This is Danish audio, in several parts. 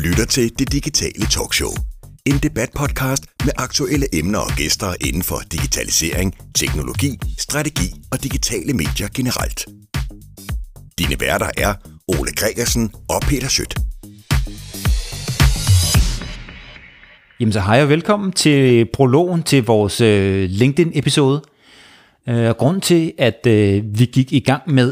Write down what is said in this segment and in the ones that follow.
lytter til Det Digitale Talkshow. En debatpodcast med aktuelle emner og gæster inden for digitalisering, teknologi, strategi og digitale medier generelt. Dine værter er Ole Gregersen og Peter Schødt. Jamen så hej og velkommen til prologen til vores LinkedIn-episode. Grunden til, at vi gik i gang med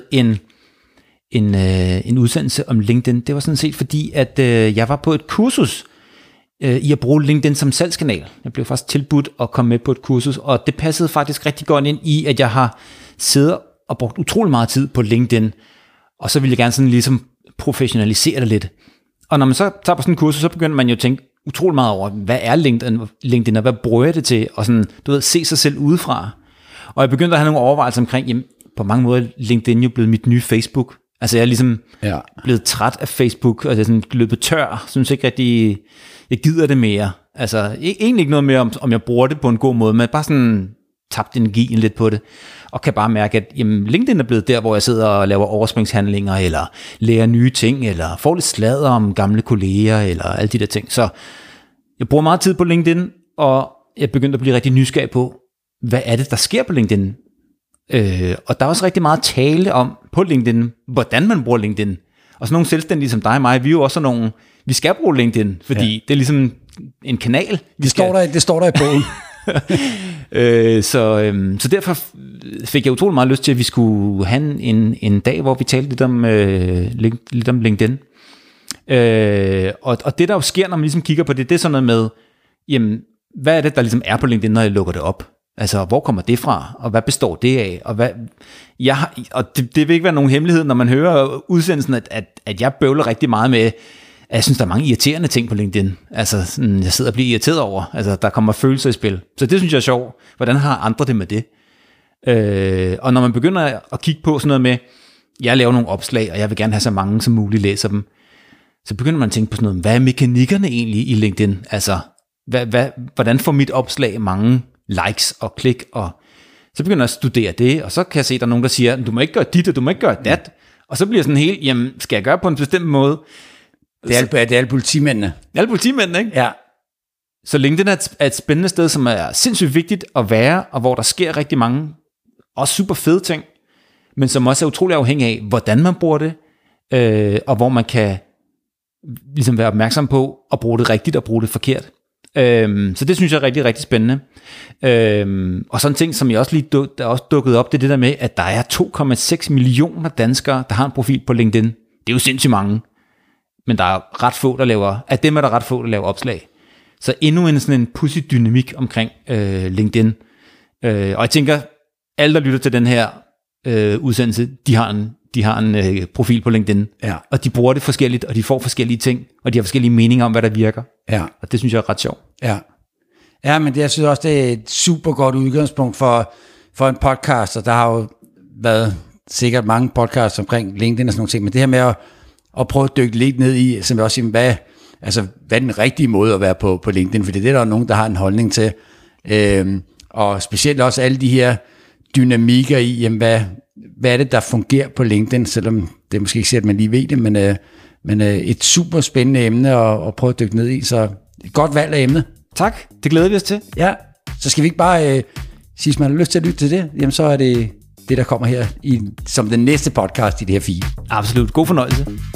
en udsendelse om LinkedIn, det var sådan set fordi, at jeg var på et kursus i at bruge LinkedIn som salgskanal. Jeg blev faktisk tilbudt at komme med på et kursus, og det passede faktisk rigtig godt ind i, at jeg har siddet og brugt utrolig meget tid på LinkedIn, og så ville jeg gerne sådan ligesom professionalisere det lidt. Og når man så tager på sådan en kursus, så begynder man jo at tænke utrolig meget over, hvad er LinkedIn og hvad bruger jeg det til, og sådan, du ved, se sig selv udefra. Og jeg begyndte at have nogle overvejelser omkring, jamen, på mange måder LinkedIn jo blevet mit nye Facebook. Altså jeg er ligesom blevet træt af Facebook, og jeg er sådan løbet tør, synes ikke rigtig, jeg gider det mere. Altså egentlig ikke noget mere om jeg bruger det på en god måde, men bare sådan tabt energien lidt på det, og kan bare mærke, at jamen, LinkedIn er blevet der, hvor jeg sidder og laver overspringshandlinger, eller lærer nye ting, eller får lidt sladder om gamle kolleger, eller alle de der ting. Så jeg bruger meget tid på LinkedIn, og jeg begyndte at blive rigtig nysgerrig på, hvad er det, der sker på LinkedIn? Og der er også rigtig meget tale om på LinkedIn, hvordan man bruger LinkedIn. Og sådan nogle selvstændige som dig og mig, vi er jo også nogle, vi skal bruge LinkedIn, fordi det er ligesom en kanal. Det står der i bogen. Så derfor fik jeg utrolig meget lyst til, at vi skulle have en dag, hvor vi talte lidt om LinkedIn. Og det der jo sker, når man ligesom kigger på det, det er sådan noget med, jamen, hvad er det, der ligesom er på LinkedIn, når jeg lukker det op? Altså, hvor kommer det fra, og hvad består det af? Og det vil ikke være nogen hemmelighed, når man hører udsendelsen, at jeg bøvler rigtig meget med, at jeg synes, der er mange irriterende ting på LinkedIn. Altså, sådan, jeg sidder og bliver irriteret over. Altså, der kommer følelser i spil. Så det synes jeg er sjovt. Hvordan har andre det med det? Og når man begynder at kigge på sådan noget med, jeg laver nogle opslag, og jeg vil gerne have så mange som muligt læser dem, så begynder man at tænke på sådan noget, hvad er mekanikkerne egentlig i LinkedIn? Altså, hvordan får mit opslag mange likes og klik, og så begynder jeg at studere det, og så kan jeg se, at der er nogen, der siger, du må ikke gøre dit, og du må ikke gøre dat, og så bliver sådan helt, jamen, skal jeg gøre på en bestemt måde? Det er alle politimændene. Alle politimændene, ikke? Ja. Så LinkedIn er et spændende sted, som er sindssygt vigtigt at være, og hvor der sker rigtig mange, også super fede ting, men som også er utrolig afhængig af, hvordan man bruger det, og hvor man kan ligesom være opmærksom på at bruge det rigtigt og bruge det forkert. Så det synes jeg er rigtig, rigtig spændende. Og sådan en ting, som jeg også lige der også dukket op, det er det der med, at der er 2,6 millioner danskere, der har en profil på LinkedIn. Det er jo sindssygt mange. Men der er ret få, der laver, af dem er der ret få, der laver opslag. Så endnu en sådan en pudsig dynamik omkring LinkedIn. Og jeg tænker, alle der lytter til den her udsendelse, de har en profil på LinkedIn. Ja. Og de bruger det forskelligt, og de får forskellige ting, og de har forskellige meninger om, hvad der virker. Ja. Og det synes jeg er ret sjovt. Ja, men jeg synes også, det er et super godt udgangspunkt for en podcast, og der har jo været sikkert mange podcasts omkring LinkedIn og sådan nogle ting, men det her med at prøve at dykke lidt ned i, som jeg også siger, hvad er den rigtige måde at være på LinkedIn, for det er der nogen, der har en holdning til, og specielt også alle de her dynamikker i, jamen hvad er det, der fungerer på LinkedIn, selvom det måske ikke siger, at man lige ved det, men et super spændende emne at prøve at dykke ned i, så et godt valg af emne. Tak, det glæder vi os til. Ja, så skal vi ikke bare sige, hvis man har lyst til at lytte til det, jamen så er det, der kommer her som den næste podcast i det her feed. Absolut, god fornøjelse.